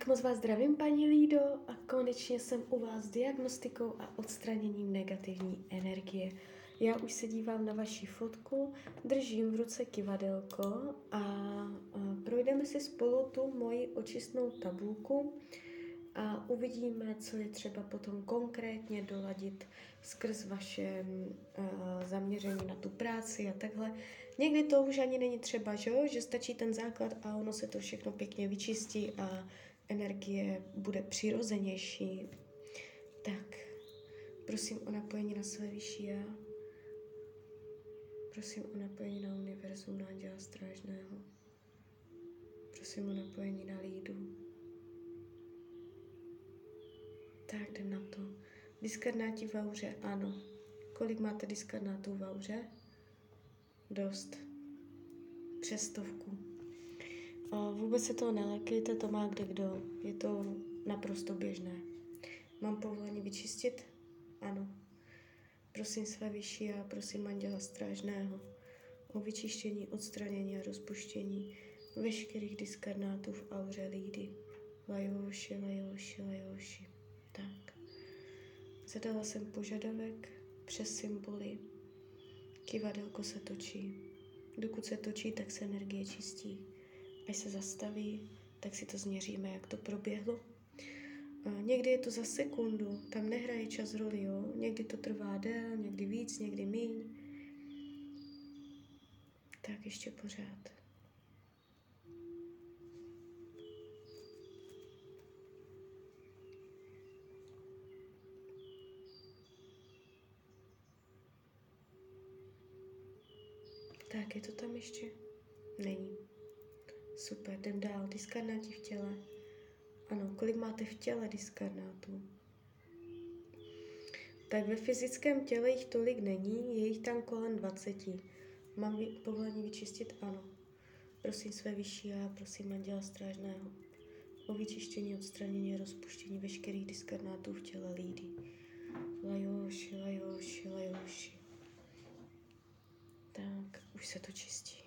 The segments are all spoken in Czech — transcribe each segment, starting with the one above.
Tak moc vás zdravím, paní Lído, a konečně jsem u vás s diagnostikou a odstraněním negativní energie. Já už se dívám na vaši fotku, držím v ruce kivadelko a projdeme si spolu tu moji očistnou tabulku a uvidíme, co je třeba potom konkrétně doladit skrz vaše zaměření na tu práci a takhle. Někdy to už ani není třeba, že stačí ten základ a ono se to všechno pěkně vyčistí a energie bude přirozenější. Tak, prosím o napojení na své vyšší já. Prosím o napojení na univerzum, na Anděla Strážného. Prosím o napojení na Lídu. Tak, jdem na to. Diskarnáti v auře, ano. Kolik máte diskarnátů v auře? Dost. Přes 100. Vůbec se toho nelekejte, to má kdekdo. Je to naprosto běžné. Mám povolení vyčistit? Ano. Prosím své vyšší a prosím Anděla Strážného o vyčištění, odstranění a rozpuštění veškerých diskarnátů v auře Lídy. Lajoši, lajoši, lajoši. Tak. Zadala jsem požadavek přes symboly. Kivadelko se točí. Dokud se točí, tak se energie čistí. Až se zastaví, tak si to změříme, jak to proběhlo. Někdy je to za sekundu, tam nehraje čas roli, jo? Někdy to trvá déle, někdy víc, někdy míň. Tak ještě pořád. Tak, je to tam ještě? Není. Super, jdem dál. Diskarnáti v těle. Ano, kolik máte v těle diskarnátů? Tak ve fyzickém těle jich tolik není, je jich tam kolem 20. Mám povolení vyčistit? Ano. Prosím své vyšší já, prosím Anděla Strážného o vyčištění, odstranění a rozpuštění veškerých diskarnátů v těle Lídy. Lajoši, lajoši, lajoši. Tak, už se to čistí.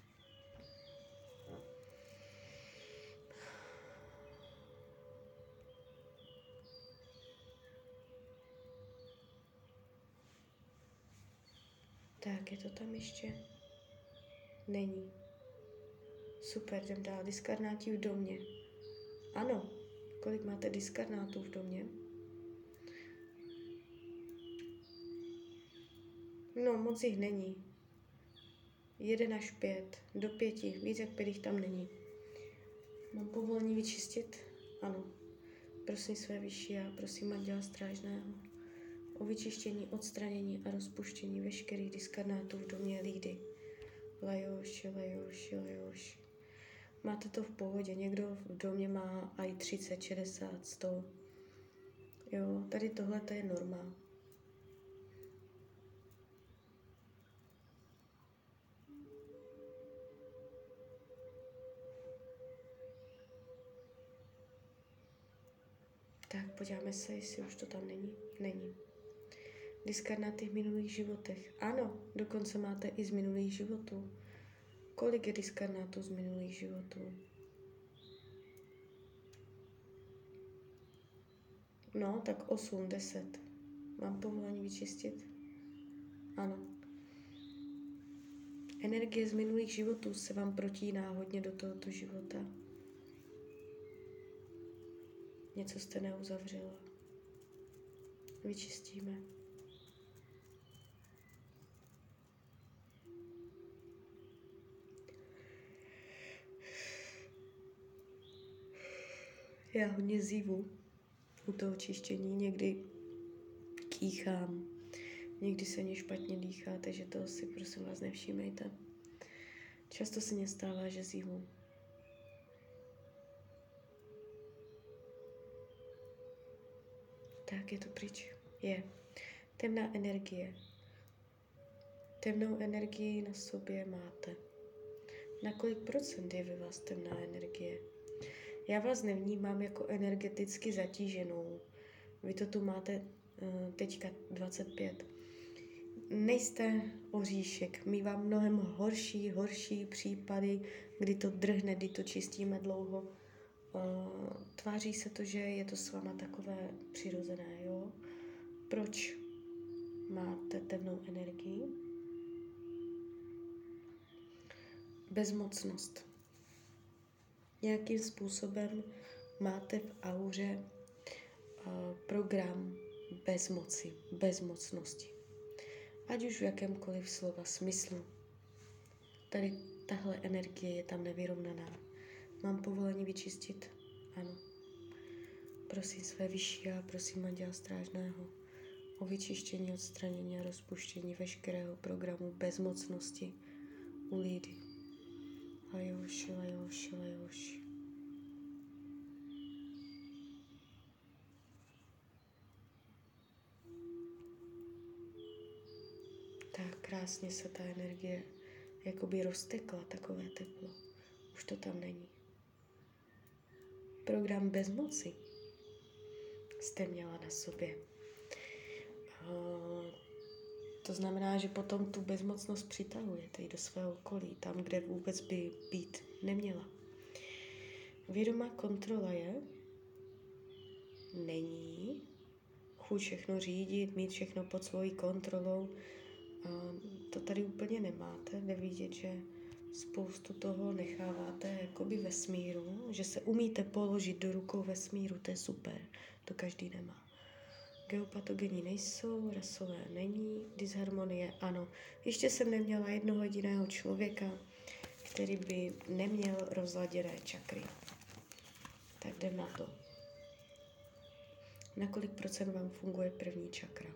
Tak, je to tam ještě? Není. Super, jdem dál. Diskarnáti v domě. Ano. Kolik máte diskarnátů v domě? No, moc jich není. 1 až 5. Do 5. Víc jak 5 jich tam není. Mám povolení vyčistit? Ano. Prosím své vyšší a prosím Anděla Strážného o vyčištění, odstranění a rozpuštění veškerých diskarnátů v domě Lídy. Lajoši, lajoši, lajoši. Máte to v pohodě. Někdo v domě má i 30, 60, 100. Jo, tady tohle je norma. Tak, podíváme se, jestli už to tam není. Není. Diskarnáty v minulých životech. Ano, dokonce máte i z minulých životů. Kolik je diskarnátů z minulých životů? No, tak 8, 10. Mám povolení vyčistit? Ano. Energie z minulých životů se vám protíná hodně do tohoto života. Něco jste neuzavřela. Vyčistíme. Já hodně zívu u toho čištění, někdy kýchám, někdy se mě špatně dýchá, takže toho si prosím vás nevšímejte. Často se mně stává, že zívu. Tak, je to pryč. Je. Temná energie. Temnou energii na sobě máte. Na kolik procent je ve vás temná energie? Já vás nevnímám jako energeticky zatíženou. Vy to tu máte teďka 25. Nejste oříšek. Mívám mnohem horší případy, kdy to drhne, kdy to čistíme dlouho. tváří se to, že je to s váma takové přirozené, jo? Proč máte temnou energii? Bezmocnost. Nějakým způsobem máte v auře program bezmoci, bezmocnosti. Ať už v jakémkoliv slova smyslu. Tady tahle energie je tam nevyrovnaná. Mám povolení vyčistit? Ano. Prosím své vyšší já, prosím Anděla Strážného o vyčištění, odstranění a rozpuštění veškerého programu bezmocnosti u Lídy. Lajoši, lajoši, lajoši. Tak krásně se ta energie jakoby roztekla, takové teplo. Už to tam není. Program bezmoci jste měla na sobě. To znamená, že potom tu bezmocnost přitahujete i do svého okolí, tam, kde vůbec by být neměla. Vědomá kontrola je? Není. Chuť všechno řídit, mít všechno pod svojí kontrolou. To tady úplně nemáte. Jde vidět, že spoustu toho necháváte jakoby vesmíru, že se umíte položit do rukou vesmíru, to je super. To každý nemá. Geopatogenní nejsou, rasové není, disharmonie ano. Ještě jsem neměla jednoho jediného člověka, který by neměl rozladěné čakry. Tak jdem na to. Na kolik procent vám funguje první čakra?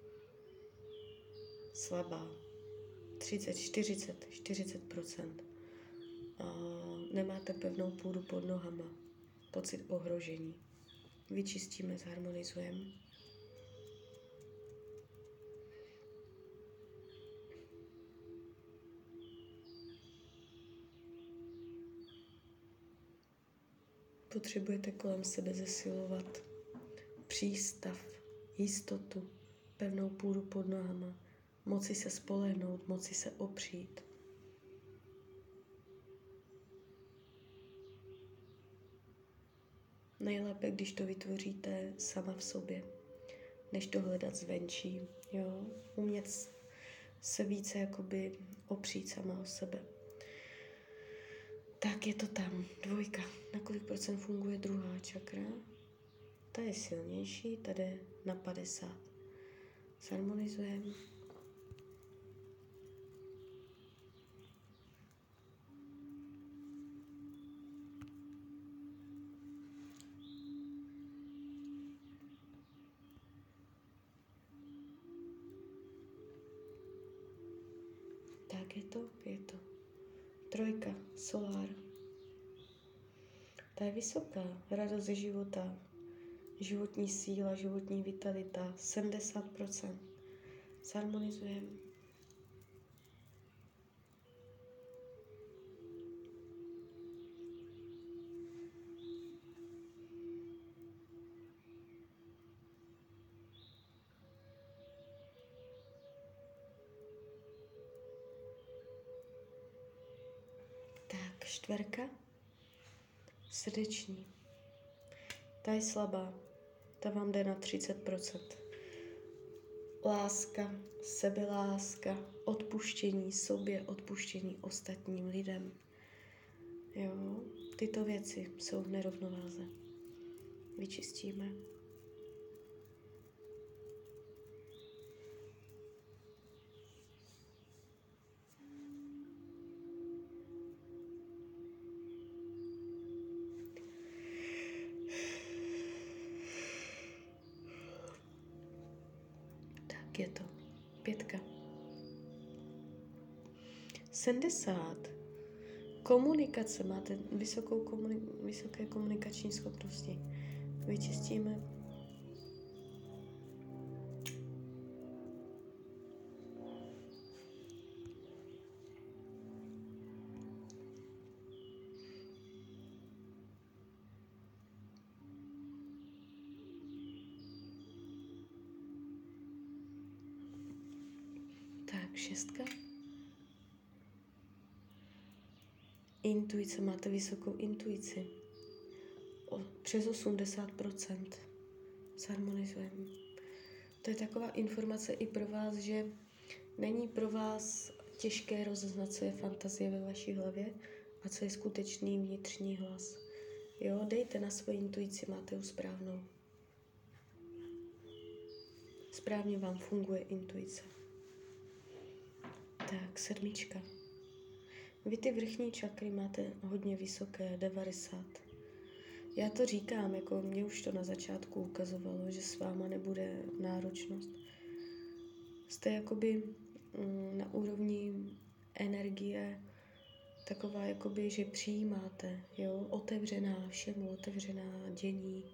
Slabá. 30, 40, 40%. Nemáte pevnou půdu pod nohama. Pocit ohrožení. Vyčistíme, zharmonizujeme. Potřebujete kolem sebe zesilovat přístav, jistotu, pevnou půdu pod nohama, moci se spolehnout, moci se opřít. Nejlépe, když to vytvoříte sama v sobě, než to hledat zvenčí. Jo? Umět se více jakoby opřít sama o sebe. Tak je to tam. 2. Na kolik procent funguje druhá čakra? Ta je silnější, ta jde na 50. Zharmonizujeme. Tak je to. 3. Solár. Ta je vysoká. Radost ze života, životní síla, životní vitalita, 70%. Zharmonizujeme. Tak, 4. Srdeční. Ta je slabá. Ta vám jde na 30%. Láska, sebeláska, odpuštění sobě, odpuštění ostatním lidem. Jo, tyto věci jsou v nerovnováze. Vyčistíme. Tak je to. 5. 70. Komunikace. Máte vysoké komunikační schopnosti. Vyčistíme. Tak, 6. Intuice, máte vysokou intuici. přes 80% zharmonizujeme. To je taková informace i pro vás, že není pro vás těžké rozeznat, co je fantazie ve vaší hlavě a co je skutečný vnitřní hlas. Jo, dejte na svoji intuici, máte ju správnou. Správně vám funguje intuice. Tak, 7. Vy ty vrchní čakry máte hodně vysoké, 90. Já to říkám, jako mě už to na začátku ukazovalo, že s váma nebude náročnost. Jste jakoby na úrovni energie taková, jakoby, že přijímáte, jo, otevřená všemu, otevřená dění.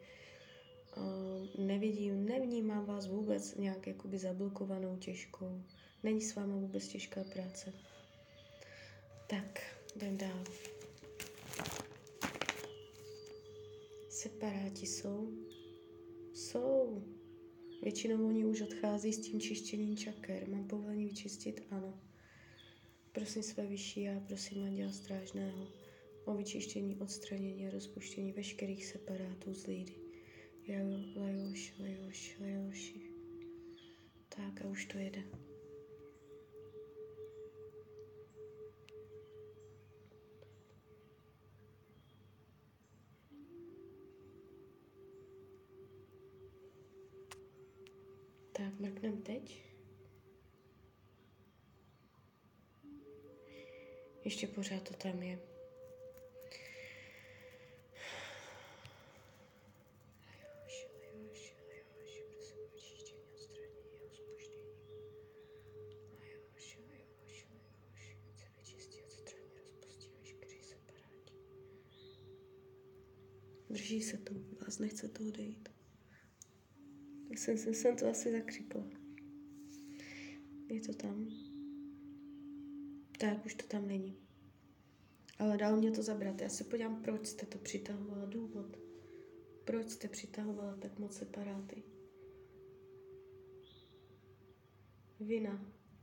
Nevnímám vás vůbec nějak jakoby zablokovanou, těžkou. Není s váma vůbec těžká práce. Tak, jdem dál. Separáti jsou? Jsou. Většinou oni už odchází s tím čištěním čaker. Mám povolení vyčistit? Ano. Prosím své vyšší já, prosím Anděla Strážného o vyčištění, odstranění a rozpuštění veškerých separátů z lídy. Lajoši. Tak a už to jede. Tak, mrknem teď. Ještě pořád to tam je. Lajoši, prosím o vyčištění, odstranění a rozpuštění. Lajoši, chce vyčistit, odstranit, rozpustit veškerý separáti. Drží se to, vás nechce to odejít. Jsem to asi zakřikla. Je to tam. Tak, už to tam není. Ale dalo mě to zabrat. Já se podívám, proč jste to přitahovala. Důvod. Proč jste přitahovala tak moc separáty? Vina.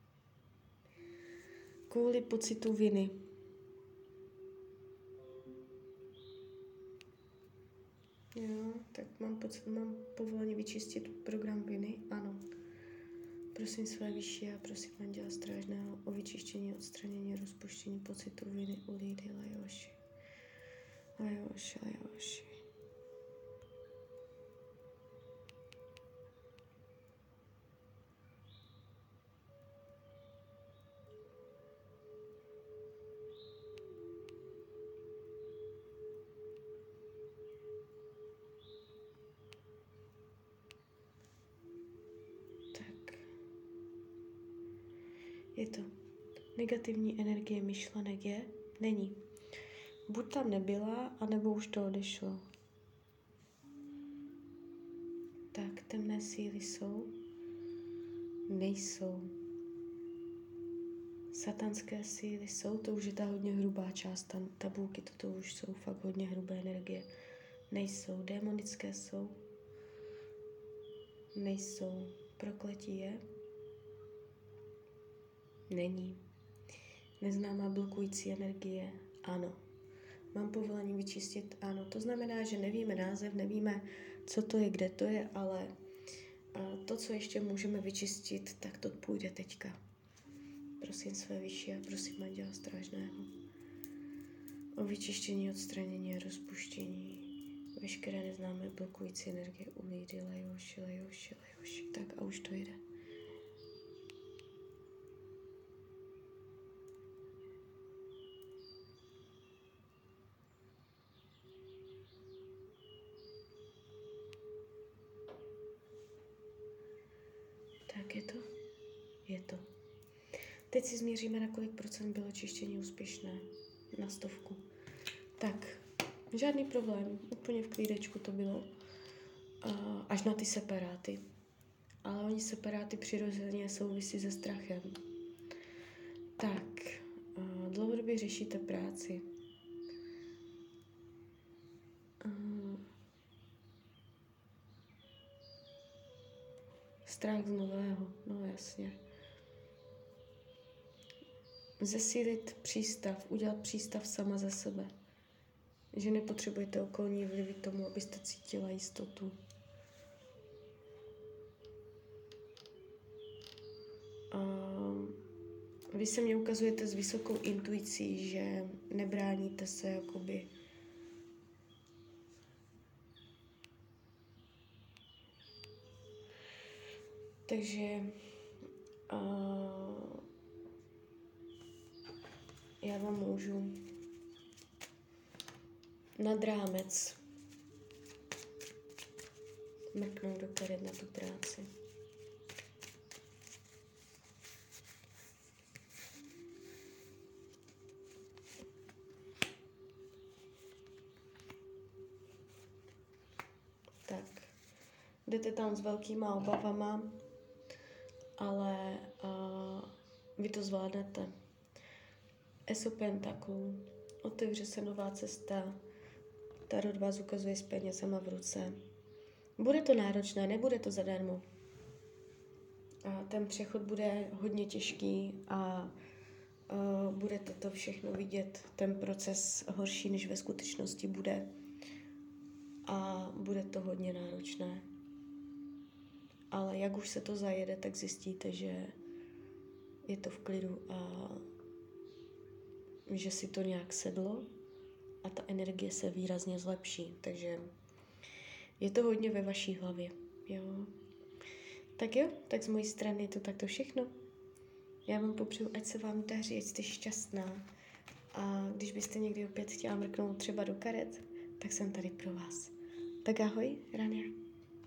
Kvůli pocitu viny. Jo, tak mám povolení vyčistit program viny? Ano. Prosím své vyšší a prosím Anděla Strážného o vyčištění, odstranění, rozpuštění pocitu viny u Lídy Lajoši. Je to negativní energie myšlenek je? Není. Buď tam nebyla, anebo už to odešlo. Tak, temné síly jsou? Nejsou. Satanské síly jsou? To už je ta hodně hrubá část tabulky, toto už jsou fakt hodně hrubé energie. Nejsou. Démonické jsou? Nejsou. Prokletí je? Není. Neznámá blokující energie? Ano. Mám povolení vyčistit? Ano. To znamená, že nevíme název, nevíme, co to je, kde to je, ale to, co ještě můžeme vyčistit, tak to půjde teďka. Prosím své vyšší a prosím Anděla Strážného o vyčištění, odstranění a rozpuštění veškeré neznámé blokující energie u Lídy Lajoši. Tak a už to jde. Tak je to? Je to. Teď si změříme, na kolik procent bylo čištění úspěšné. Na 100. Tak, žádný problém. Úplně v klídečku to bylo. Až na ty separáty. Ale oni separáty přirozeně souvisí se strachem. Tak, dlouhodobě řešíte práci. Strach z nového, no jasně. Zesílit přístav, udělat přístav sama za sebe. že nepotřebujete okolní vlivy k tomu, abyste cítila jistotu. Vy se mně ukazujete s vysokou intuicí, že nebráníte se jakoby takže já vám můžu nad rámec mrknout do karet na tu práci. Tak, jdete tam s velkýma obavama, ale vy to zvládnete. As of Pentaklů, otevře se nová cesta, Tarot vás ukazuje s penězema v ruce. Bude to náročné, nebude to zadarmo. A ten přechod bude hodně těžký a budete to všechno vidět, ten proces horší, než ve skutečnosti bude. A bude to hodně náročné. Ale jak už se to zajede, tak zjistíte, že je to v klidu a že si to nějak sedlo a ta energie se výrazně zlepší. Takže je to hodně ve vaší hlavě. Jo. Tak jo, tak z mojí strany je to takto všechno. Já vám popřeju, ať se vám daří, ať jste šťastná. A když byste někdy opět chtěla mrknout třeba do karet, tak jsem tady pro vás. Tak ahoj, Rania.